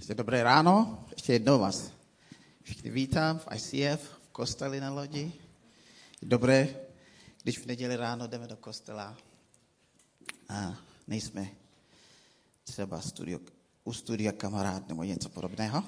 Dobré ráno, ještě jednou vás všichni vítám v ICF, v kosteli na lodi. Je dobré, když v neděli ráno jdeme do kostela a nejsme třeba u studia kamarád nebo něco podobného.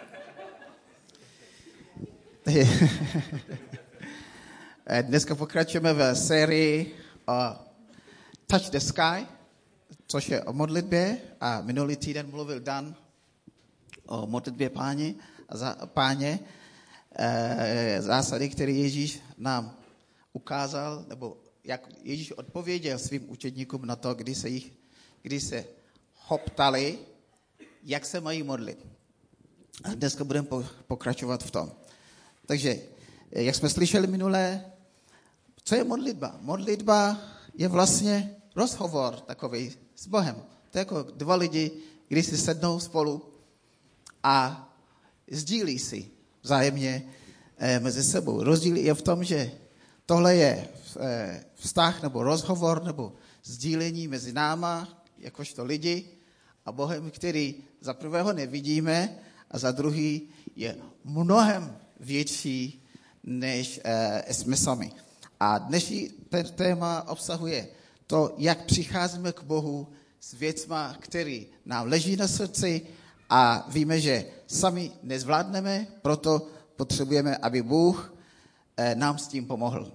Dneska pokračujeme v sérii Touch the Sky, což je o modlitbě, a minulý týden mluvil Dan o modlitbě Páně, zásady, které Ježíš nám ukázal, nebo jak Ježíš odpověděl svým učedníkům na to, když se ho ptali, jak se mají modlit. A dneska budeme pokračovat v tom. Takže, jak jsme slyšeli minulé, co je modlitba? Modlitba je vlastně rozhovor takový s Bohem. To je jako dva lidi, když si sednou spolu a sdílí si vzájemně mezi sebou. Rozdíl je v tom, že tohle je vztah nebo rozhovor nebo sdílení mezi náma, jakožto lidi, a Bohem, který za prvého nevidíme a za druhý je mnohem větší, než jsme sami. A dnešní téma obsahuje to, jak přicházíme k Bohu s věcma, které nám leží na srdci a víme, že sami nezvládneme, proto potřebujeme, aby Bůh nám s tím pomohl.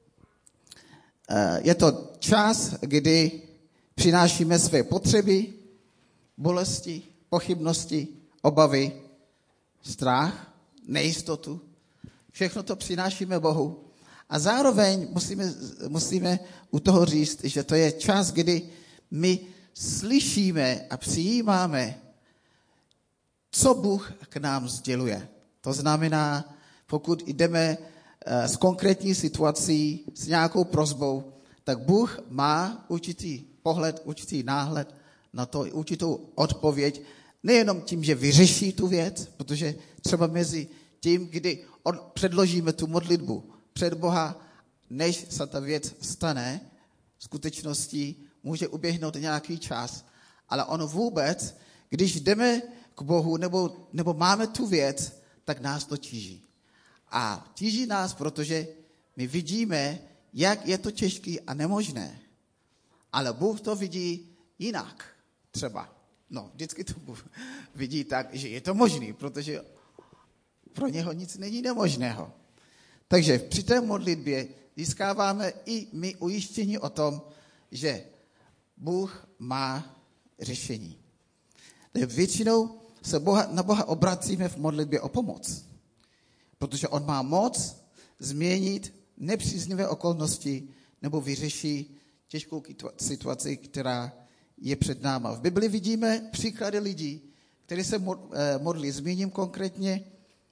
Je to čas, kdy přinášíme své potřeby, bolesti, pochybnosti, obavy, strach, nejistotu. Všechno to přinášíme Bohu. A zároveň musíme u toho říct, že to je čas, kdy my slyšíme a přijímáme, co Bůh k nám sděluje. To znamená, pokud jdeme s konkrétní situací, s nějakou prosbou, tak Bůh má určitý pohled, určitý náhled na to, určitou odpověď, nejenom tím, že vyřeší tu věc, protože třeba mezi tím, kdy předložíme tu modlitbu před Boha, než se ta věc stane, skutečností může uběhnout nějaký čas, ale ono vůbec, když jdeme k Bohu nebo máme tu věc, tak nás to tíží. A tíží nás, protože my vidíme, jak je to těžké a nemožné. Ale Bůh to vidí jinak třeba. No, vždycky to Bůh vidí tak, že je to možný, protože pro něho nic není nemožného. Takže při té modlitbě získáváme i my ujištění o tom, že Bůh má řešení. Většinou se na Boha obracíme v modlitbě o pomoc, protože on má moc změnit nepříznivé okolnosti nebo vyřešit těžkou situaci, která je před náma. V Bibli vidíme příklady lidí, kteří se modlí. Zmíním konkrétně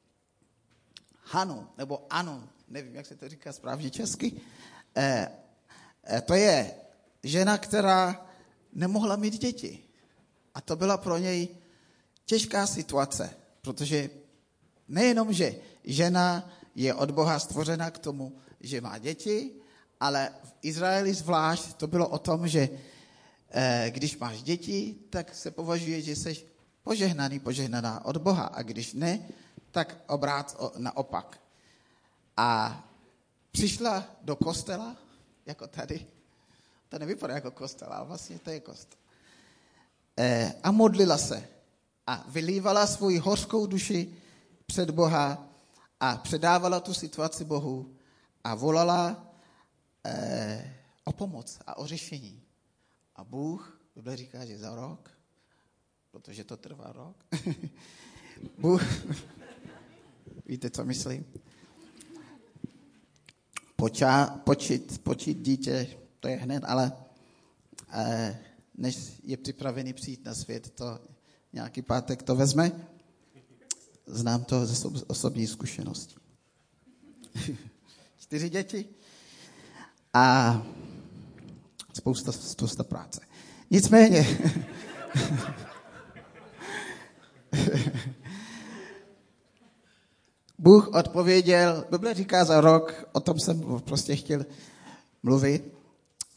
Hanu, nebo Anu, nevím, jak se to říká správně česky. To je žena, která nemohla mít děti. A to byla pro něj těžká situace, protože nejenom, že žena je od Boha stvořena k tomu, že má děti, ale v Izraeli zvlášť to bylo o tom, že když máš děti, tak se považuje, že jsi požehnaná od Boha. A když ne, tak naopak. A přišla do kostela, jako tady. To nevypadá jako kostel, ale vlastně to je kostel. A modlila se. A vylívala svou hořkou duši před Boha a předávala tu situaci Bohu a volala o pomoc a o řešení. A Bůh, Bible říká, že za rok, protože to trvá rok, Bůh, víte, co myslím? Počít dítě, to je hned, ale než je připravený přijít na svět, to nějaký pátek to vezme. Znám to ze osobní zkušenosti. 4 děti a spousta práce. Nicméně, Bůh odpověděl, Bible říká za rok, o tom jsem prostě chtěl mluvit,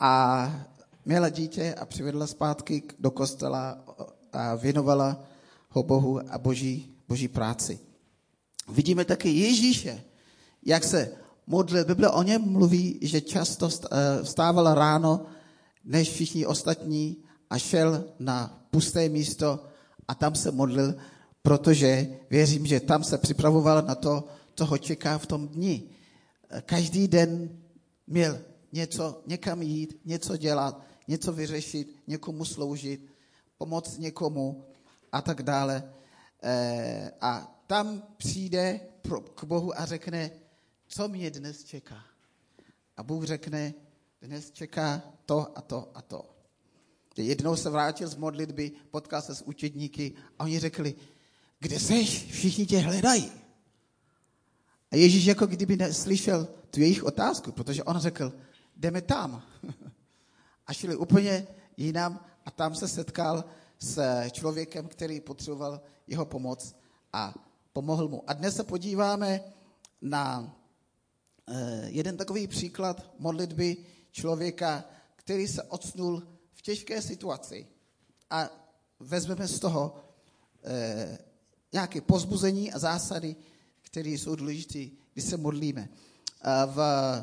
a měla dítě a přivedla zpátky do kostela a věnovala Bohu a boží práci. Vidíme taky Ježíše, jak se modlil. Bible o něm mluví, že často vstával ráno, než všichni ostatní a šel na pusté místo a tam se modlil, protože věřím, že tam se připravoval na to, co ho čeká v tom dni. Každý den měl někam jít, něco dělat, něco vyřešit, někomu sloužit, pomoct někomu a tak dále. A tam přijde k Bohu a řekne, co mě dnes čeká. A Bůh řekne, dnes čeká to a to a to. Jednou se vrátil z modlitby, potkal se s učedníky a oni řekli, kde seš? Všichni tě hledají. A Ježíš jako kdyby neslyšel tu jejich otázku, protože on řekl, jdeme tam. A šli úplně jinam a tam se setkal s člověkem, který potřeboval jeho pomoc a pomohl mu. A dnes se podíváme na jeden takový příklad modlitby člověka, který se octnul v těžké situaci. A vezmeme z toho nějaké povzbuzení a zásady, které jsou důležité, když se modlíme. V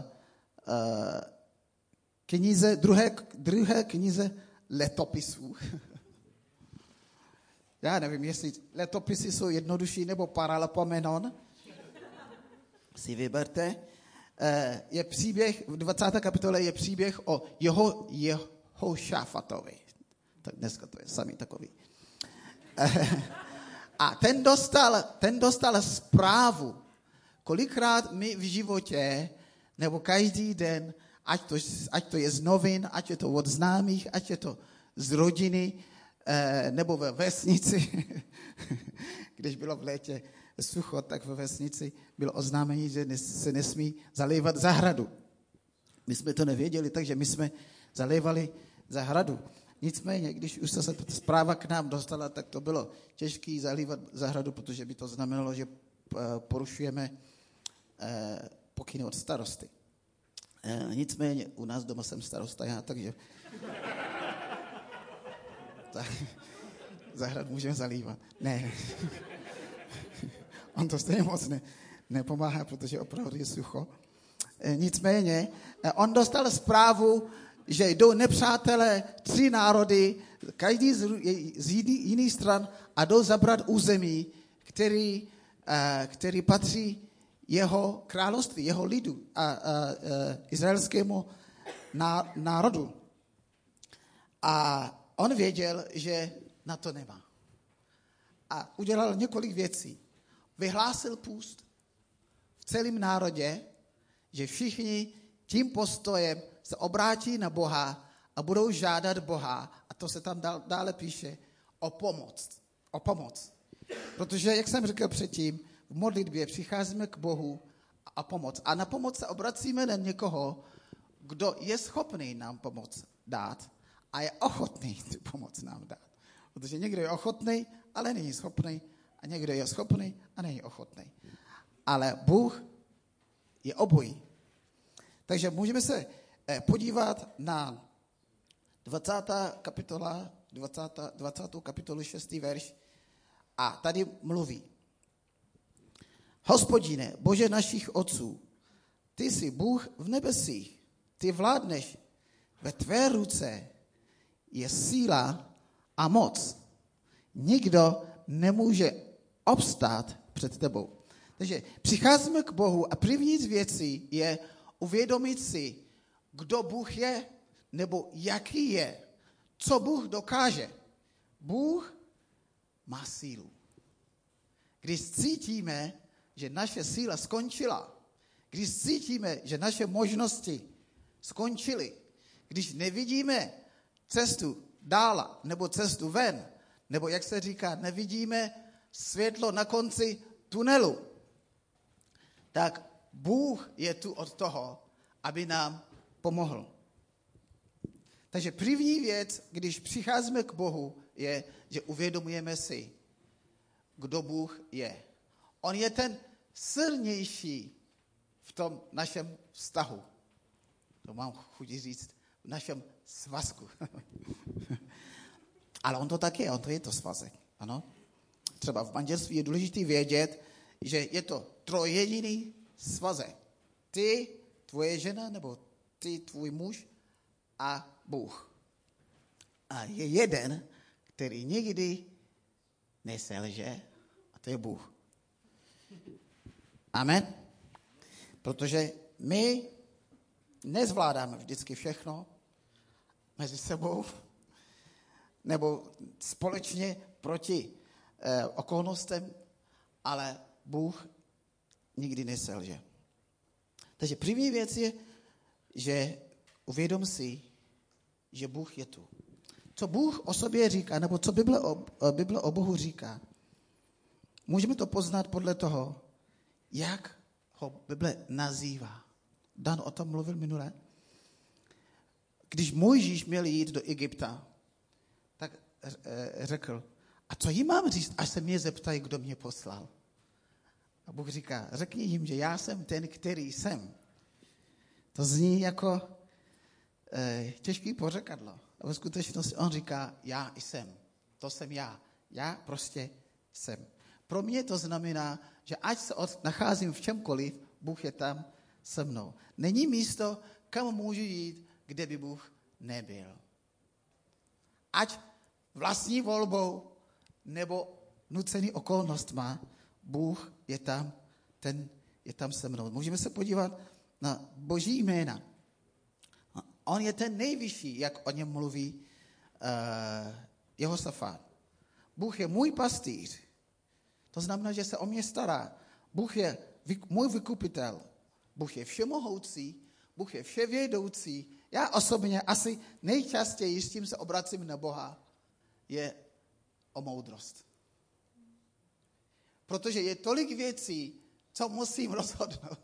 knize, druhé knize letopisů. Já nevím, jestli letopisy jsou jednodušší nebo paralepomenon. Si vyberte. Je příběh, v 20. kapitole je příběh o Jehošafatovi. Tak dneska to je samý takový. A ten dostal zprávu, kolikrát my v životě, nebo každý den, ať to je z novin, ať je to od známých, ať je to z rodiny, nebo ve vesnici, když bylo v létě sucho, tak ve vesnici bylo oznámení, že se nesmí zalévat zahradu. My jsme to nevěděli, takže my jsme zalévali zahradu. Nicméně, když už se ta zpráva k nám dostala, tak to bylo těžké zalívat zahradu, protože by to znamenalo, že porušujeme pokyny od starosty. Nicméně, u nás doma jsem starosta já, takže zahradu můžeme zalívat. Ne. On to stejně moc nepomáhá, protože opravdu je sucho. Nicméně, on dostal zprávu, že jdou nepřátelé 3 národy, každý z jiných stran a jdou zabrat území, který patří jeho království, jeho lidu a izraelskému národu. A on věděl, že na to nemá. A udělal několik věcí. Vyhlásil půst v celém národě, že všichni tím postojem se obrátí na Boha a budou žádat Boha, a to se tam dále píše, o pomoc. Protože, jak jsem řekl předtím, v modlitbě přicházíme k Bohu a pomoc. A na pomoc se obracíme na někoho, kdo je schopný nám pomoc dát a je ochotný tu pomoc nám dát. Protože někdo je ochotný, ale není schopný, a někdo je schopný a není ochotný. Ale Bůh je obojí. Takže můžeme se podívat na 20. kapitolu 6. verš a tady mluví. Hospodine, Bože našich otců, ty jsi Bůh v nebesích, ty vládneš, ve tvé ruce je síla a moc. Nikdo nemůže obstát před tebou. Takže přicházíme k Bohu a první z věcí je uvědomit si, kdo Bůh je, nebo jaký je, co Bůh dokáže. Bůh má sílu. Když cítíme, že naše síla skončila, když cítíme, že naše možnosti skončily, když nevidíme cestu dál, nebo cestu ven, nebo jak se říká, nevidíme světlo na konci tunelu, tak Bůh je tu od toho, aby nám pomohl. Takže první věc, když přicházíme k Bohu, je, že uvědomujeme si, kdo Bůh je. On je ten silnější v tom našem vztahu. To mám chuť říct, v našem svazku. Ale on to tak je, on to je to svazek. Ano? třeba v manželství je důležité vědět, že je to trojjediný svazek. Ty, tvoje žena, nebo ty, tvůj muž a Bůh. A je jeden, který nikdy neselže, a to je Bůh. Amen. Protože my nezvládáme vždycky všechno mezi sebou, nebo společně proti okolnostem, ale Bůh nikdy neselže. Takže první věc je, že uvědom si, že Bůh je tu. Co Bůh o sobě říká, nebo co Bible o Bohu říká, můžeme to poznat podle toho, jak ho Bible nazývá. Dan o tom mluvil minule. Když Mojžíš měl jít do Egypta, tak řekl, a co jim mám říct, až se mě zeptají, kdo mě poslal. A Bůh říká, řekni jim, že já jsem ten, který jsem. To zní jako těžký pořekadlo. A ve skutečnosti on říká, já jsem. To jsem já. Já prostě jsem. Pro mě to znamená, že ať se nacházím v čemkoliv, Bůh je tam se mnou. Není místo, kam můžu jít, kde by Bůh nebyl. Ať vlastní volbou nebo nucený okolnostma, Bůh je tam, ten je tam se mnou. Můžeme se podívat na Boží jména. On je ten nejvyšší, jak o něm mluví Jehosafát. Bůh je můj pastýř. To znamená, že se o mě stará. Bůh je můj vykupitel. Bůh je všemohoucí. Bůh je vševědoucí. Já osobně asi nejčastěji, s tím se obracím na Boha, je o moudrost. Protože je tolik věcí, co musím rozhodnout.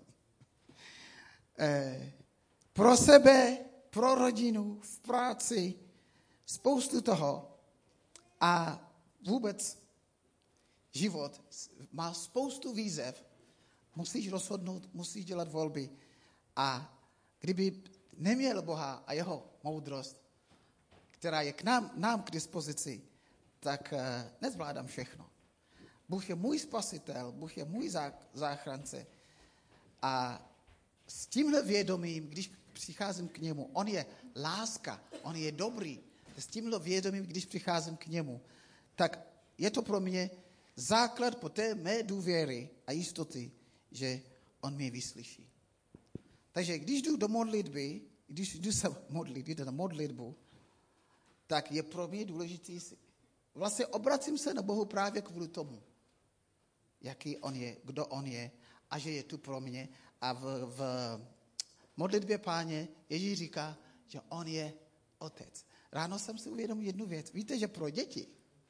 Pro sebe, pro rodinu, v práci, spoustu toho. A vůbec život má spoustu výzev. Musíš rozhodnout, musíš dělat volby. A kdyby neměl Boha a jeho moudrost, která je nám k dispozici, tak nezvládám všechno. Bůh je můj spasitel, Bůh je můj záchránce. A s tímhle vědomím, když přicházím k němu, on je láska, on je dobrý. S tímhle vědomím, když přicházím k němu, tak je to pro mě základ po té mé důvěry a jistoty, že on mě vyslyší. Takže když jdu do modlitby, když jdu se modlit, jdu na modlitbu, tak je pro mě důležitý, vlastně obracím se na Bohu právě kvůli tomu, jaký on je, kdo on je a že je tu pro mě. A v modlitbě Páně Ježíš říká, že on je otec. Ráno jsem si uvědomil jednu věc. Víte, že pro děti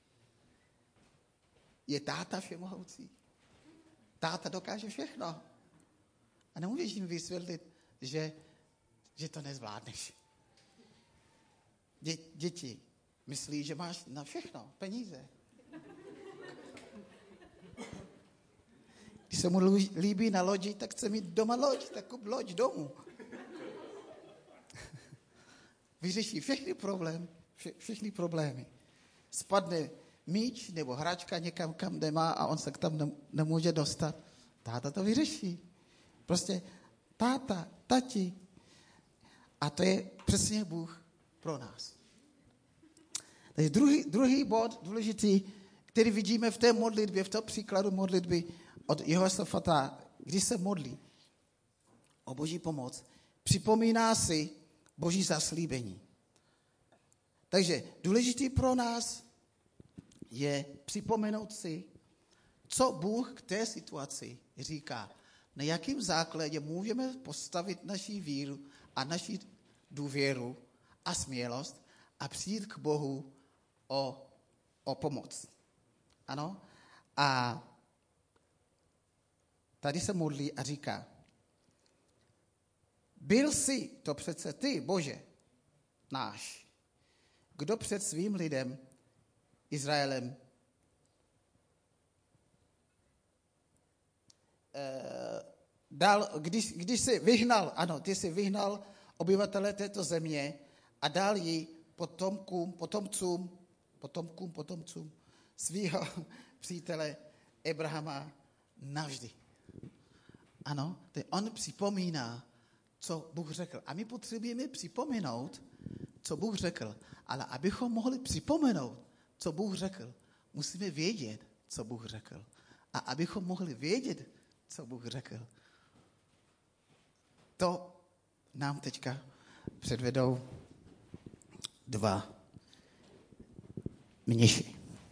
je táta všemohoucí. Táta dokáže všechno. A nemůžeš jim vysvětlit, že to nezvládneš. Děti myslí, že máš na všechno peníze. Když se mu líbí na lodi, tak chce mít doma loď, tak kup loď domů. Vyřeší všechny problémy. Spadne míč nebo hračka někam, kam nemá a on se tam nemůže dostat. Táta to vyřeší. Prostě táta, tati. A to je přesně Bůh pro nás. Takže druhý bod důležitý, který vidíme v té modlitbě, v tom příkladu modlitby od Jehosafata, když se modlí o Boží pomoc, připomíná si Boží zaslíbení. Takže důležitý pro nás je připomenout si, co Bůh k té situaci říká. Na jakém základě můžeme postavit naši víru a naši důvěru a smělost a přijít k Bohu o pomoc. Ano? A tady se modlí a říká, byl jsi to přece ty, Bože, náš, kdo před svým lidem Izraelem dal, když jsi vyhnal, ano, ty jsi vyhnal obyvatele této země a dal ji potomcům svého přítele Abrahama navždy. Ano, on připomíná, co Bůh řekl. A my potřebujeme připomenout, co Bůh řekl. Ale abychom mohli připomenout, co Bůh řekl, musíme vědět, co Bůh řekl. A abychom mohli vědět, co Bůh řekl, to nám teďka předvedou dva mniši.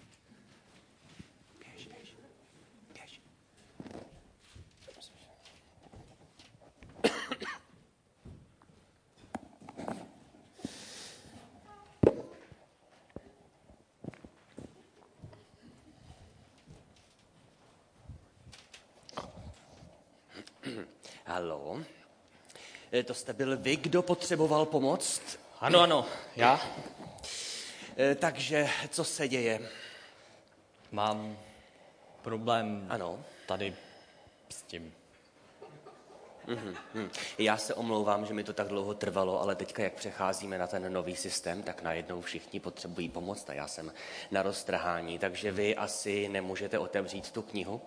Haló? To jste byl vy, kdo potřeboval pomoc? Ano, já Takže, co se děje? mám problém Ano. tady s tím. Já se omlouvám, že mi to tak dlouho trvalo, ale teďka, jak přecházíme na ten nový systém, tak najednou všichni potřebují pomoc a já jsem na roztrhání, takže vy asi nemůžete otevřít tu knihu?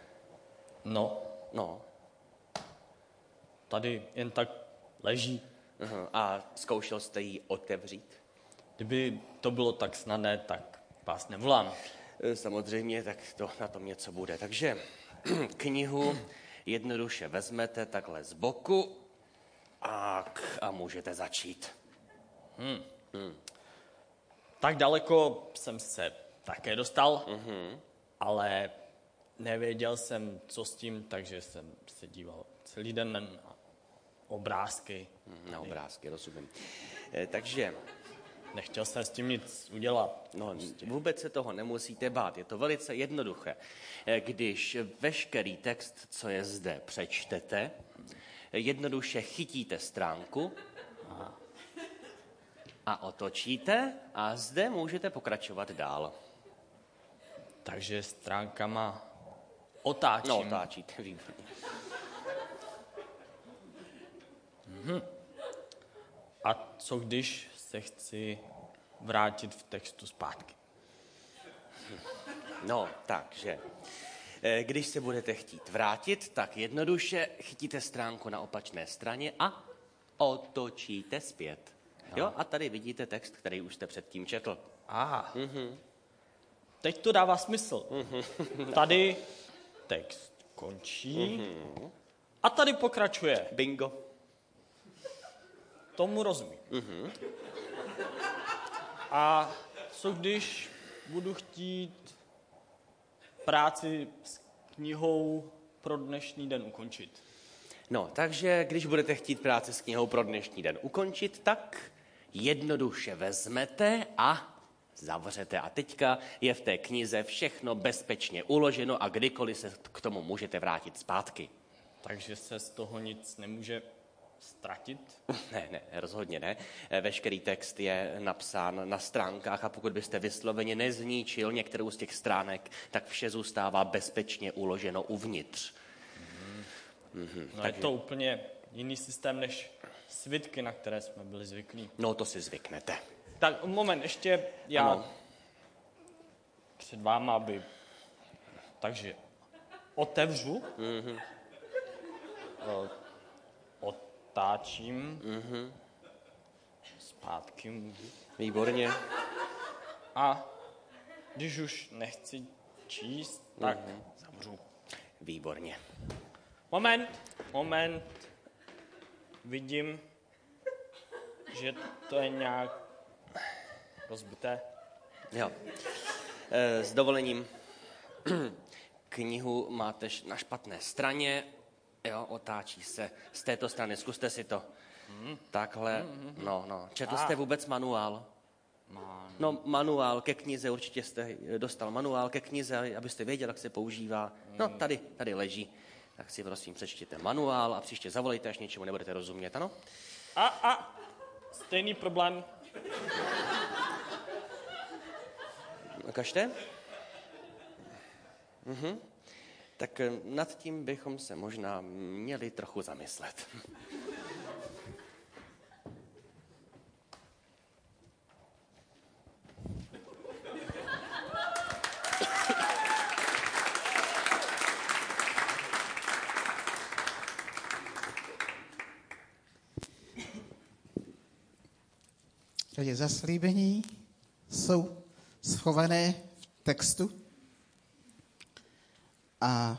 No, tady jen tak leží. A zkoušel jste ji otevřít? Kdyby to bylo tak snadné, tak vás nevolám. Samozřejmě, tak to na tom něco bude. Takže knihu jednoduše vezmete takhle z boku a můžete začít. Tak daleko jsem se také dostal, ale nevěděl jsem, co s tím, takže jsem se díval celý den na obrázky. Na obrázky, rozumím. Takže Nechtěl jsem s tím nic udělat. no, vůbec se toho nemusíte bát, je to velice jednoduché. Když veškerý text, co je zde, přečtete, jednoduše chytíte stránku a otočíte a zde můžete pokračovat dál. Takže stránkama otáčím. No, otáčíte, výborně. A co když se chci vrátit v textu zpátky? No, takže, když se budete chtít vrátit, tak jednoduše chytíte stránku na opačné straně a otočíte zpět. Jo? A tady vidíte text, který už jste předtím četl. Aha. Teď to dává smysl. Tady text končí a tady pokračuje. Bingo. Tomu rozumím. A co když budu chtít práci s knihou pro dnešní den ukončit? No, takže když budete chtít práci s knihou pro dnešní den ukončit, tak jednoduše vezmete a zavřete. A teďka je v té knize všechno bezpečně uloženo a kdykoliv se k tomu můžete vrátit zpátky. Takže se z toho nic nemůže ztratit? Ne, rozhodně ne. Veškerý text je napsán na stránkách a pokud byste vysloveně nezničil některou z těch stránek, tak vše zůstává bezpečně uloženo uvnitř. No je to úplně jiný systém než svitky, na které jsme byli zvyklí. No, to si zvyknete. Tak moment, ještě já Ano. před váma, aby... Takže otevřu, otáčím, zpátky můžu. Výborně. A když už nechci číst, tak zavřu. Výborně. Moment. Vidím, že to je nějak rozbité. Jo. S dovolením. Knihu máte na špatné straně. Jo, otáčí se z této strany. Zkuste si to. Takhle. No. Četl jste vůbec manuál? No, manuál ke knize, určitě jste dostal manuál ke knize, abyste věděl, jak se používá. No, tady leží. Tak si prosím přečtěte manuál a příště zavolejte, až něčemu nebudete rozumět, ano? A stejný problém. Ukažte. Tak nad tím bychom se možná měli trochu zamyslet. Takže zaslíbení jsou schované v textu a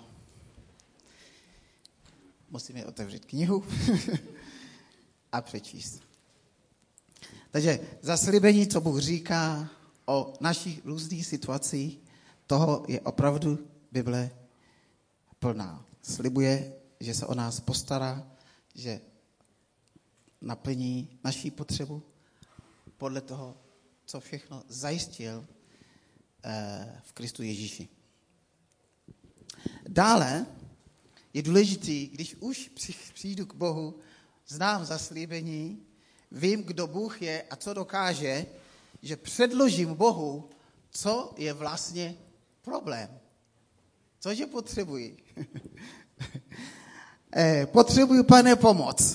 musíme otevřít knihu a přečíst. Takže zaslíbení, co Bůh říká o našich různých situacích, toho je opravdu Bible plná. Slibuje, že se o nás postará, že naplní naši potřebu podle toho, co všechno zajistil v Kristu Ježíši. Dále je důležitý, když už přijdu k Bohu, znám zaslíbení, vím, kdo Bůh je a co dokáže, že předložím Bohu, co je vlastně problém. Cože potřebuji? Potřebuji, Pane, pomoc.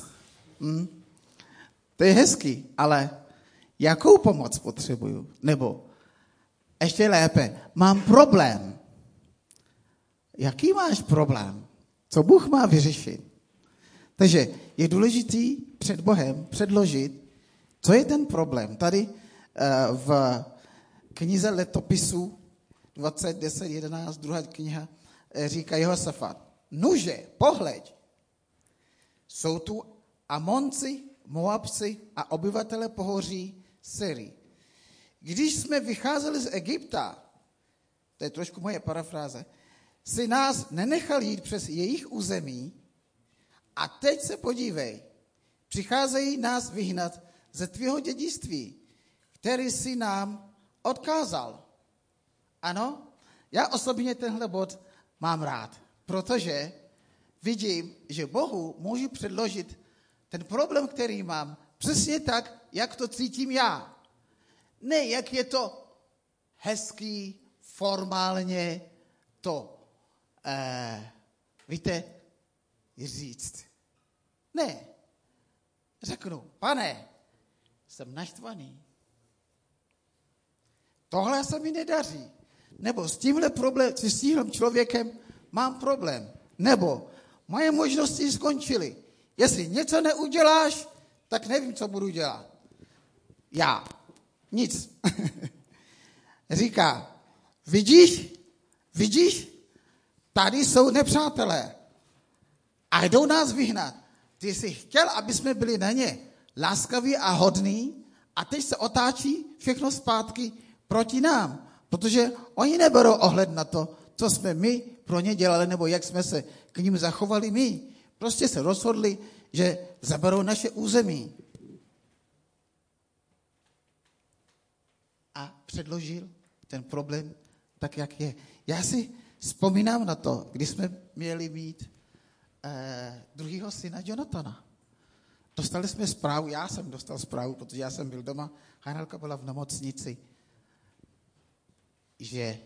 To je hezký, ale jakou pomoc potřebuju? Nebo ještě lépe, mám problém. Jaký máš problém? Co Bůh má vyřešit? Takže je důležitý před Bohem předložit, co je ten problém. Tady v knize Letopisů 20, 10, 11, druhá kniha, říká Jehosafat. Nuže, pohleď, jsou tu Amonci, Moabci a obyvatele pohoří Siri. Když jsme vycházeli z Egypta, to je trošku moje parafráze, si nás nenechal jít přes jejich území a teď se podívej, přicházejí nás vyhnat ze tvého dědictví, který si nám odkázal. Ano, já osobně tenhle bod mám rád, protože vidím, že Bohu můžu předložit ten problém, který mám, přesně tak, jak to cítím já. Ne, jak je to hezký, formálně to, víte, říct. Ne. Řeknu, Pane, jsem naštvaný. Tohle se mi nedaří. Nebo s tímhle člověkem mám problém. Nebo moje možnosti skončily. Jestli něco neuděláš, tak nevím, co budu dělat. Já. Nic. Říká, vidíš, tady jsou nepřátelé a jdou nás vyhnat. Ty jsi chtěl, aby jsme byli na ně láskaví a hodní a teď se otáčí všechno zpátky proti nám, protože oni neberou ohled na to, co jsme my pro ně dělali, nebo jak jsme se k ním zachovali my. Prostě se rozhodli, že zaberou naše území. A předložil ten problém tak, jak je. Já si vzpomínám na to, když jsme měli mít druhého syna Jonathana. Dostali jsme zprávu, já jsem dostal zprávu, protože já jsem byl doma, Hajnalka byla v nemocnici, že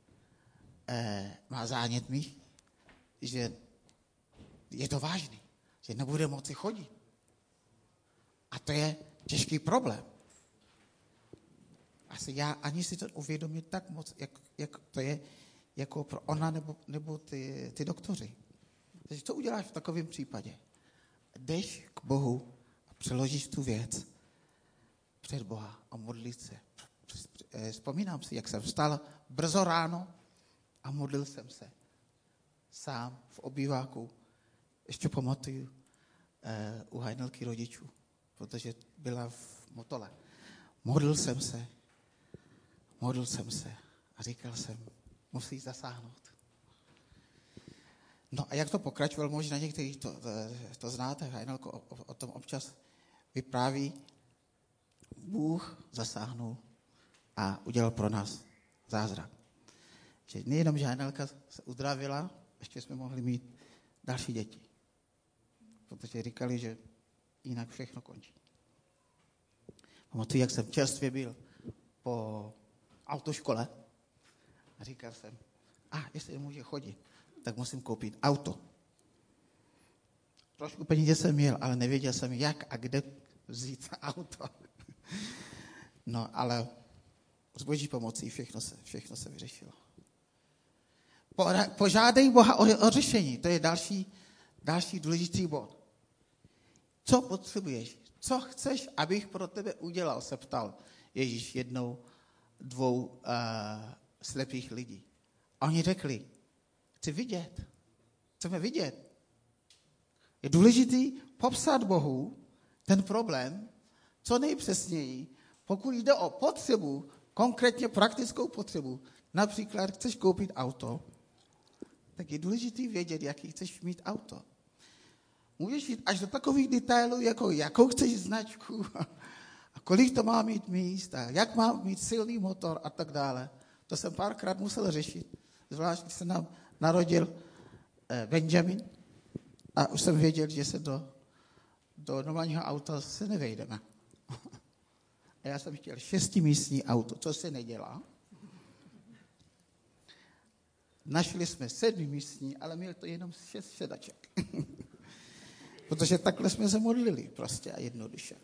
má zánět mých, že je to vážný, že nebude moci chodit. A to je těžký problém. Asi já ani si to uvědomit tak moc, jak to je jako pro ona nebo ty doktoři. Takže co uděláš v takovém případě? Jdeš k Bohu a přeložíš tu věc před Boha a modlit se. Vzpomínám si, jak jsem vstal brzo ráno a modlil jsem se sám v obýváku. Ještě pamatuju u Hajnalky rodičů, protože byla v Motole. Modlil jsem se a říkal jsem, musíš zasáhnout. No a jak to pokračoval, možná někteří to znáte, Hajnalko o tom občas vypráví, Bůh zasáhnul a udělal pro nás zázrak. Že nejenom, že Hajnalka se uzdravila, ještě jsme mohli mít další děti. Protože říkali, že jinak všechno končí. Pamatuju, jak jsem čerstvě byl po autoškole a říkal jsem, jestli nemůže chodit, tak musím koupit auto. Trošku peníze jsem měl, ale nevěděl jsem, jak a kde vzít auto. No, ale s Boží pomocí všechno se vyřešilo. Požádej Boha o řešení, to je další důležitý bod. Co potřebuješ? Co chceš, abych pro tebe udělal, se ptal Ježíš jednou 2 slepých lidí. A oni řekli, chci vidět. Chceme vidět. Je důležité popsat Bohu ten problém co nejpřesněji, pokud jde o potřebu, konkrétně praktickou potřebu. Například chceš koupit auto, tak je důležité vědět, jaký chceš mít auto. Můžeš jít až do takových detailů, jako jakou chceš značku a kolik to má mít míst a jak má mít silný motor a tak dále. To jsem párkrát musel řešit. Zvlášť, když se nám narodil Benjamin a už jsem věděl, že se do normálního auta se nevejdeme. A já jsem chtěl 6místní auto, co se nedělá. Našli jsme 7místní, ale měl to jenom 6 sedaček. Protože takhle jsme se modlili prostě a jednoduše.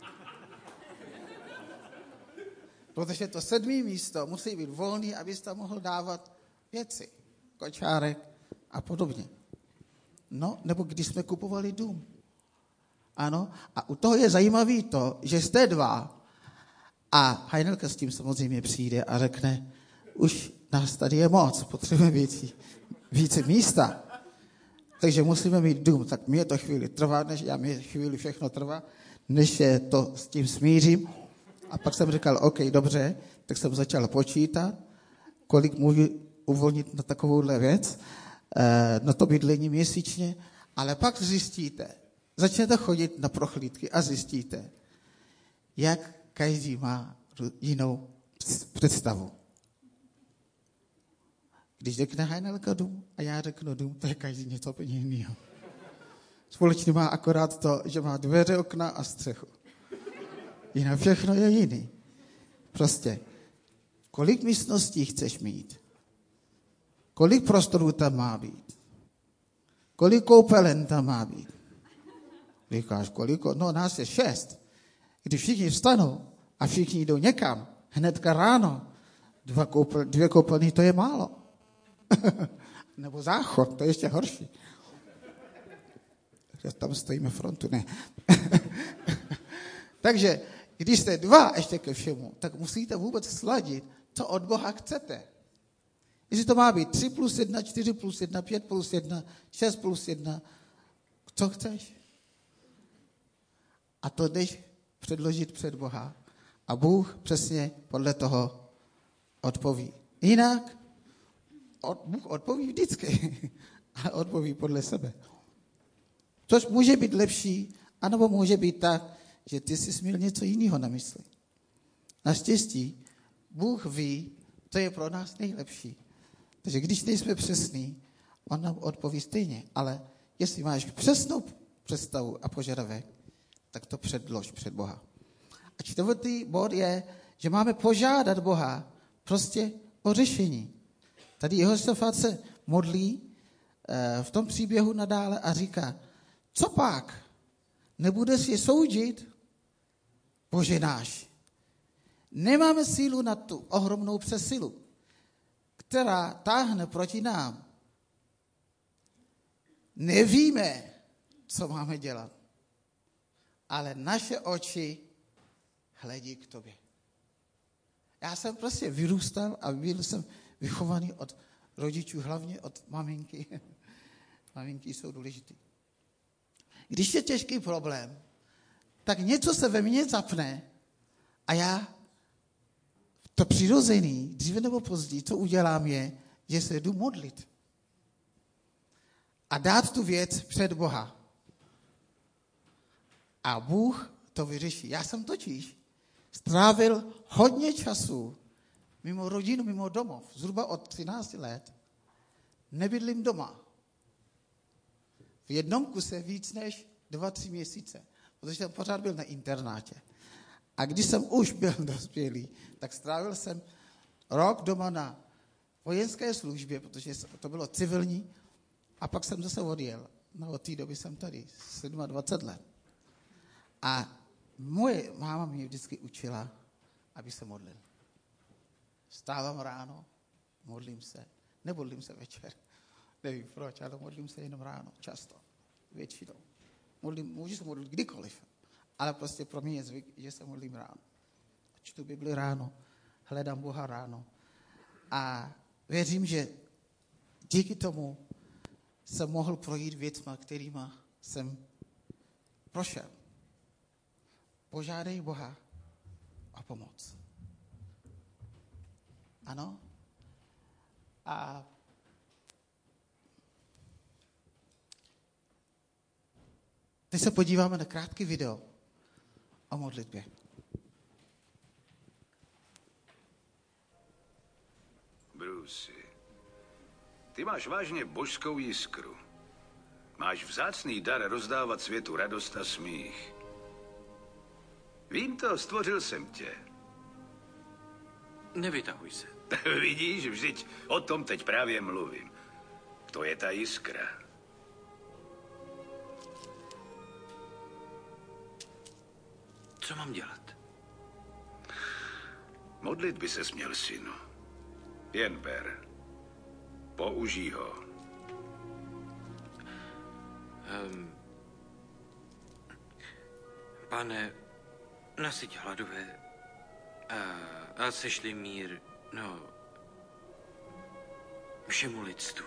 Protože to 7. místo musí být volný, abys tam mohl dávat věci, kočárek a podobně. No, nebo když jsme kupovali dům. Ano, a u toho je zajímavý to, že jste 2 a Heinelka s tím samozřejmě přijde a řekne, už nás tady je moc, potřebujeme více místa. Takže musíme mít dům. Tak mě to chvíli trvá, chvíli všechno trvá, než je to s tím smířím. A pak jsem říkal, OK, dobře, tak jsem začal počítat, kolik můžu uvolnit na takovouhle věc, na to bydlení měsíčně, ale pak zjistíte, začnete chodit na prohlídky a zjistíte, jak každý má jinou představu. Když řekne Heinelka dům a já řeknu dům, to je každý něco úplně jiného. Společně má akorát to, že má dveře, okna a střechu. Jinak všechno je jiný. Prostě, kolik místností chceš mít? Kolik prostorů tam má být? Kolik koupelen tam má být? Říkáš, kolik? No, nás je 6. Když všichni vstanou a všichni jdou někam, hnedka ráno, 2 koupelny, to je málo. Nebo záchod, to je ještě horší. Tam stojíme frontu, ne. Takže, když jste 2 ještě ke všemu, tak musíte vůbec sladit, co od Boha chcete. Jestli to má být 3+1, 4+1, 5+1, 6+1, co chceš? A to jdeš předložit před Boha. A Bůh přesně podle toho odpoví. Jinak Bůh odpoví vždycky, ale odpoví podle sebe. Což může být lepší, anebo může být tak, že ty jsi měl něco jiného na mysli. Naštěstí Bůh ví, co je pro nás nejlepší. Takže když nejsme přesní, on nám odpoví stejně. Ale jestli máš přesnou představu a požadavek, tak to předlož před Boha. A 4. bod je, že máme požádat Boha prostě o řešení. Tady Jehošafát se modlí v tom příběhu nadále a říká, co pak? Nebudeš je soudit? Bože náš. Nemáme sílu na tu ohromnou přesilu, která táhne proti nám. Nevíme, co máme dělat, ale naše oči hledí k tobě. Já jsem prostě vyrůstal a byl jsem vychovaný od rodičů, hlavně od maminky. Maminky jsou důležitý. Když je těžký problém, tak něco se ve mně zapne a já to přirozený, dříve nebo později, co udělám je, že se jdu modlit. A dát tu věc před Boha. A Bůh to vyřeší. Já jsem totiž strávil hodně času mimo rodinu, mimo domov. Zhruba od 13 let nebydlím doma. V jednom kuse víc než 2-3 měsíce. Protože jsem pořád byl na internátě. A když jsem už byl dospělý, tak strávil jsem rok doma na vojenské službě, protože to bylo civilní, a pak jsem zase odjel. No od té doby jsem tady, 27 let. A moje máma mě vždycky učila, aby se modlil. Vstávám ráno, modlím se. Nemodlím se večer. Nevím proč, ale modlím se jenom ráno, často, většinou. Můžu se modlit kdykoliv, ale prostě pro mě je zvyk, že se modlím ráno. Čtu Bibli ráno, hledám Boha ráno. A věřím, že díky tomu jsem mohl projít věcma, kterýma jsem prošel. Požádej Boha o pomoc. Ano? A teď se podíváme na krátký video o modlitbě. Brucey, ty máš vážně božskou jiskru. Máš vzácný dar rozdávat světu radost a smích. Vím to, stvořil jsem tě. Nevytahuj se. Vidíš, vždyť o tom teď právě mluvím. To je ta jiskra. Co mám dělat? Modlit by se směl, synu. Jen ber. Použij ho. Pane, nasyť hladové a sešli mír, všemu lidstvu.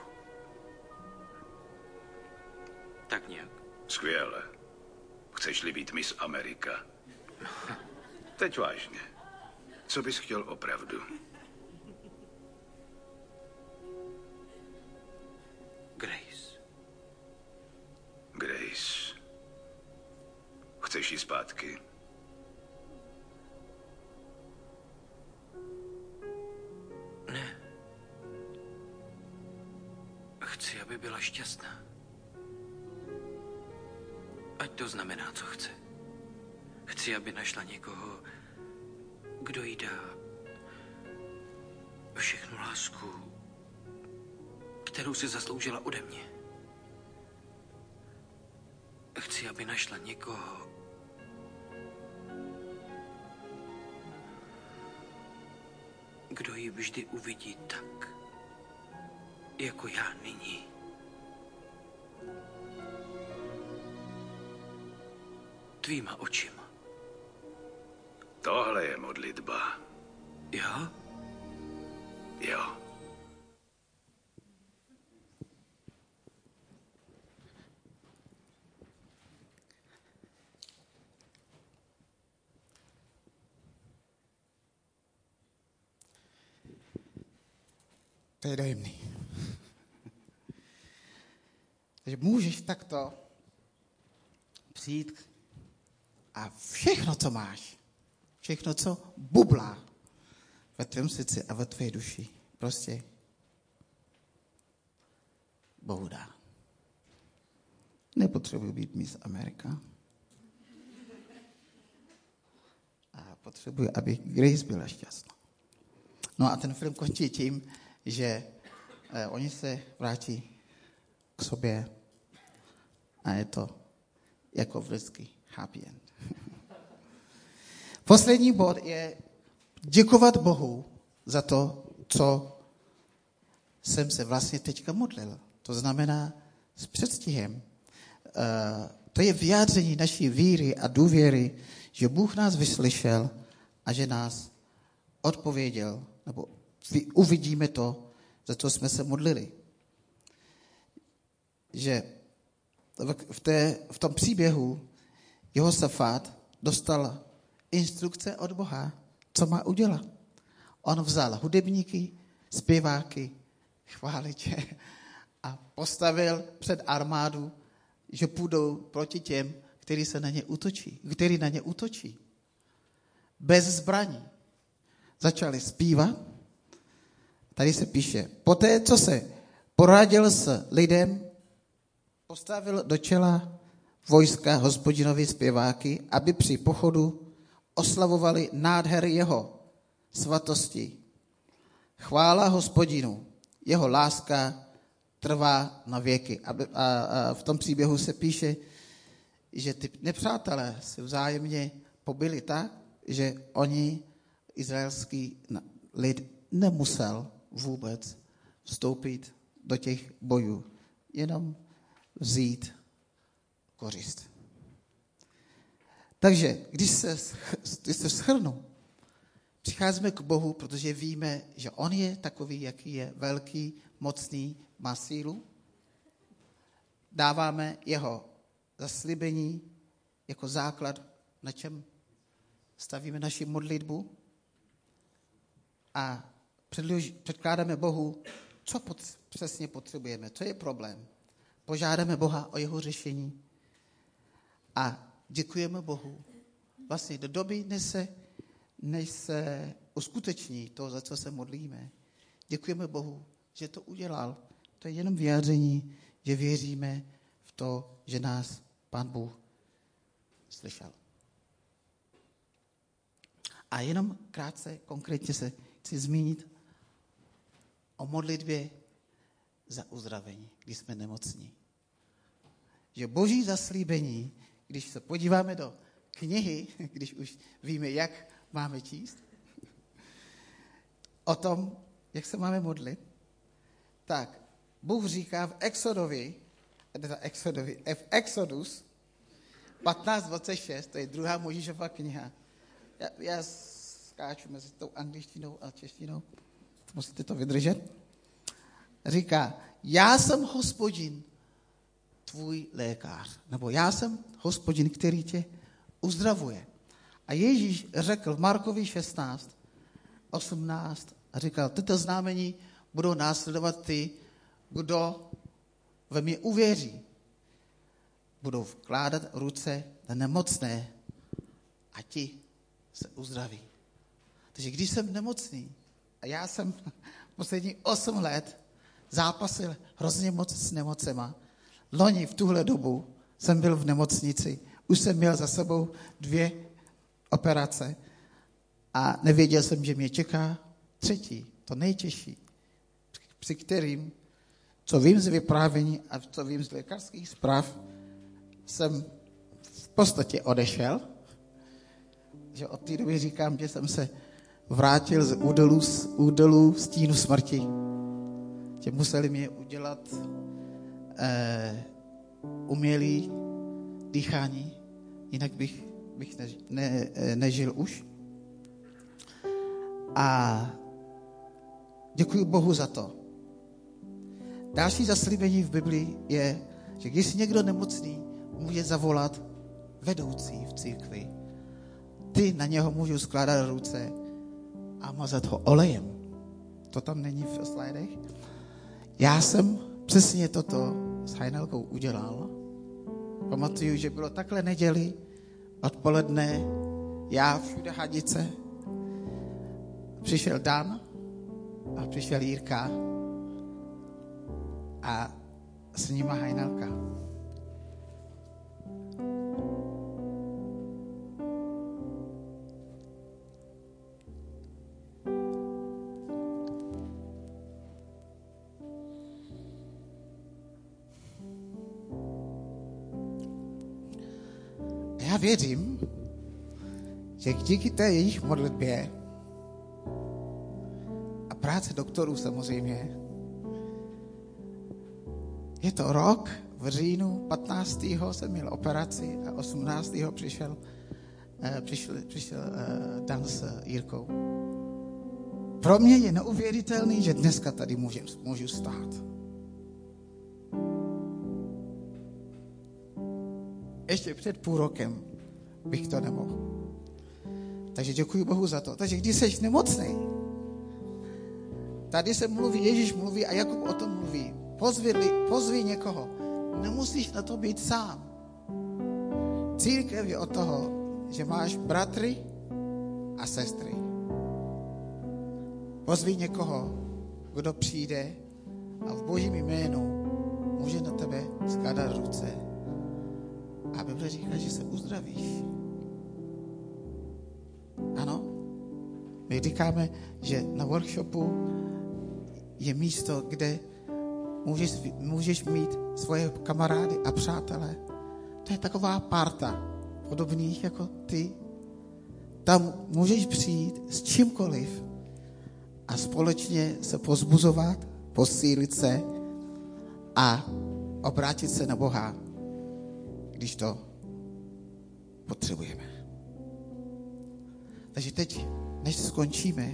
Tak nějak. Skvěle. Chceš-li být Miss Amerika? Teď vážně. Co bys chtěl opravdu? Grace. Grace. Chceš jí zpátky? Ne. Chci, aby byla šťastná. Ať to znamená, co chce. Chci, aby našla někoho, kdo jí dá všechnu lásku, kterou si zasloužila ode mě. Chci, aby našla někoho, kdo ji vždy uvidí tak, jako já nyní. Tvýma očima. Tohle je modlitba. Jo? Jo. To je dojemný. Takže můžeš takto přijít a všechno, co máš, všechno, co bublá ve tvém srdci a ve tvé duši, prostě Bohu dá. Nepotřebuji být Miss Amerika. A potřebuji, aby Grace byla šťastná. No a ten film končí tím, že oni se vrátí k sobě a je to jako vždycky happy end. Poslední bod je děkovat Bohu za to, co jsem se vlastně teďka modlil. To znamená s předstihem. To je vyjádření naší víry a důvěry, že Bůh nás vyslyšel a že nás odpověděl, nebo uvidíme to, za co jsme se modlili. Že v tom příběhu Jehosafát dostal instrukce od Boha, co má udělat. On vzal hudebníky, zpěváky, chváliče a postavil před armádu, že půjdou proti těm, který na ně útočí. Bez zbraní. Začali zpívat. Tady se píše, poté, co se poradil s lidem, postavil do čela vojska Hospodinovi zpěváky, aby při pochodu oslavovali nádhery jeho svatosti. Chvála Hospodinu, jeho láska trvá na věky. A v tom příběhu se píše, že ty nepřátelé se vzájemně pobili tak, že oni, izraelský lid, nemusel vůbec vstoupit do těch bojů, jenom vzít kořist. Takže, když se shrnu, přicházíme k Bohu, protože víme, že on je takový, jaký je, velký, mocný, má sílu. Dáváme jeho zaslíbení jako základ, na čem stavíme naši modlitbu a předkládáme Bohu, co přesně potřebujeme, co je problém. Požádáme Boha o jeho řešení a děkujeme Bohu. Vlastně do doby, než se uskuteční to, za co se modlíme. Děkujeme Bohu, že to udělal. To je jenom vyjádření, že věříme v to, že nás Pán Bůh slyšel. A jenom krátce, konkrétně se chci zmínit o modlitbě za uzdravení, když jsme nemocní. Že Boží zaslíbení, když se podíváme do knihy, když už víme, jak máme číst, o tom, jak se máme modlit, tak Bůh říká v Exodus 15:26, to je 2. Mojžíšova kniha. Já skáču mezi tou angličtinou a češtinou, musíte to vydržet. Říká, já jsem Hospodin, tvůj lékař, nebo já jsem Hospodin, který tě uzdravuje. A Ježíš řekl v Markovi 16:18 a říkal, tyto znamení budou následovat ty, kdo ve mě uvěří. Budou vkládat ruce na nemocné a ti se uzdraví. Takže když jsem nemocný, a já jsem poslední 8 let zápasil hrozně moc s nemocema, loni v tuhle dobu jsem byl v nemocnici, už jsem měl za sebou 2 operace a nevěděl jsem, že mě čeká 3, to nejtěžší, při kterým, co vím z vyprávění a co vím z lékařských zpráv, jsem v podstatě odešel, že od té doby říkám, že jsem se vrátil z údolů stínu smrti, že museli mě udělat umělý dýchání, jinak bych nežil už. A děkuji Bohu za to. Další zaslíbení v Biblii je, že když je někdo nemocný, může zavolat vedoucí v církvi. Ty na něho můžou skládat ruce a mazat ho olejem. To tam není v slidech. Já jsem přesně toto s Hajnalkou udělal. Pamatuju, že bylo takhle neděli, odpoledne, já všude hadice. Přišel Dan a přišel Jirka a s nima Hajnalka. Já věřím, že díky té jejich modlitbě a práce doktorů samozřejmě, je to rok, v říjnu 15. jsem měl operaci a 18. přišel Dan s Jirkou. Pro mě je neuvěřitelný, že dneska tady můžu stát. Ještě před půl rokem bych to nemohl. Takže děkuji Bohu za to. Takže když jsi nemocný, tady se mluví, Ježíš mluví a Jakub o tom mluví. Pozvi někoho. Nemusíš na to být sám. Církev je od toho, že máš bratry a sestry. Pozvi někoho, kdo přijde a v Božím jménu může na tebe skládat ruce. A Bible říká, že se uzdravíš. Ano. My říkáme, že na workshopu je místo, kde můžeš mít svoje kamarády a přátelé. To je taková parta podobných jako ty. Tam můžeš přijít s čímkoliv a společně se pozbuzovat, posílit se a obrátit se na Boha, když to potřebujeme. Takže teď, než skončíme,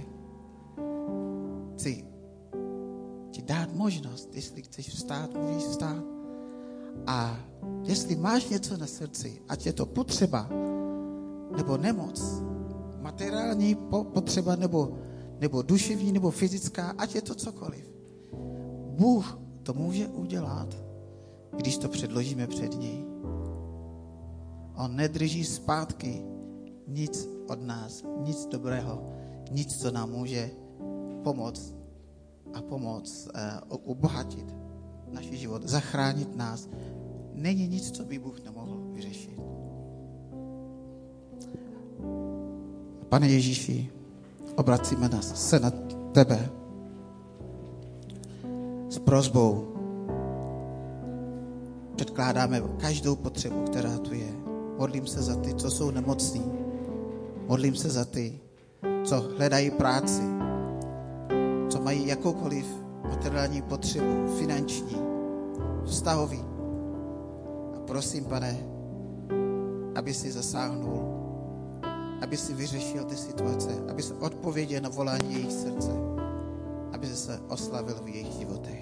chci ti dát možnost, jestli chceš vstát, můžeš vstát. A jestli máš něco na srdci, ať je to potřeba, nebo nemoc, materiální potřeba, nebo duševní, nebo fyzická, ať je to cokoliv. Bůh to může udělat, když to předložíme před něj. On nedrží zpátky nic od nás, nic dobrého, nic, co nám může pomoct obohatit náš život, zachránit nás. Není nic, co by Bůh nemohl vyřešit. Pane Ježíši, obracíme se na tebe s prosbou. Předkládáme každou potřebu, která tu je. Modlím se za ty, co jsou nemocní. Modlím se za ty, co hledají práci, co mají jakoukoliv materiální potřebu, finanční, vztahový. A prosím, Pane, aby si zasáhnul, aby si vyřešil ty situace, aby si odpověděl na volání jejich srdce, aby se oslavil v jejich životech.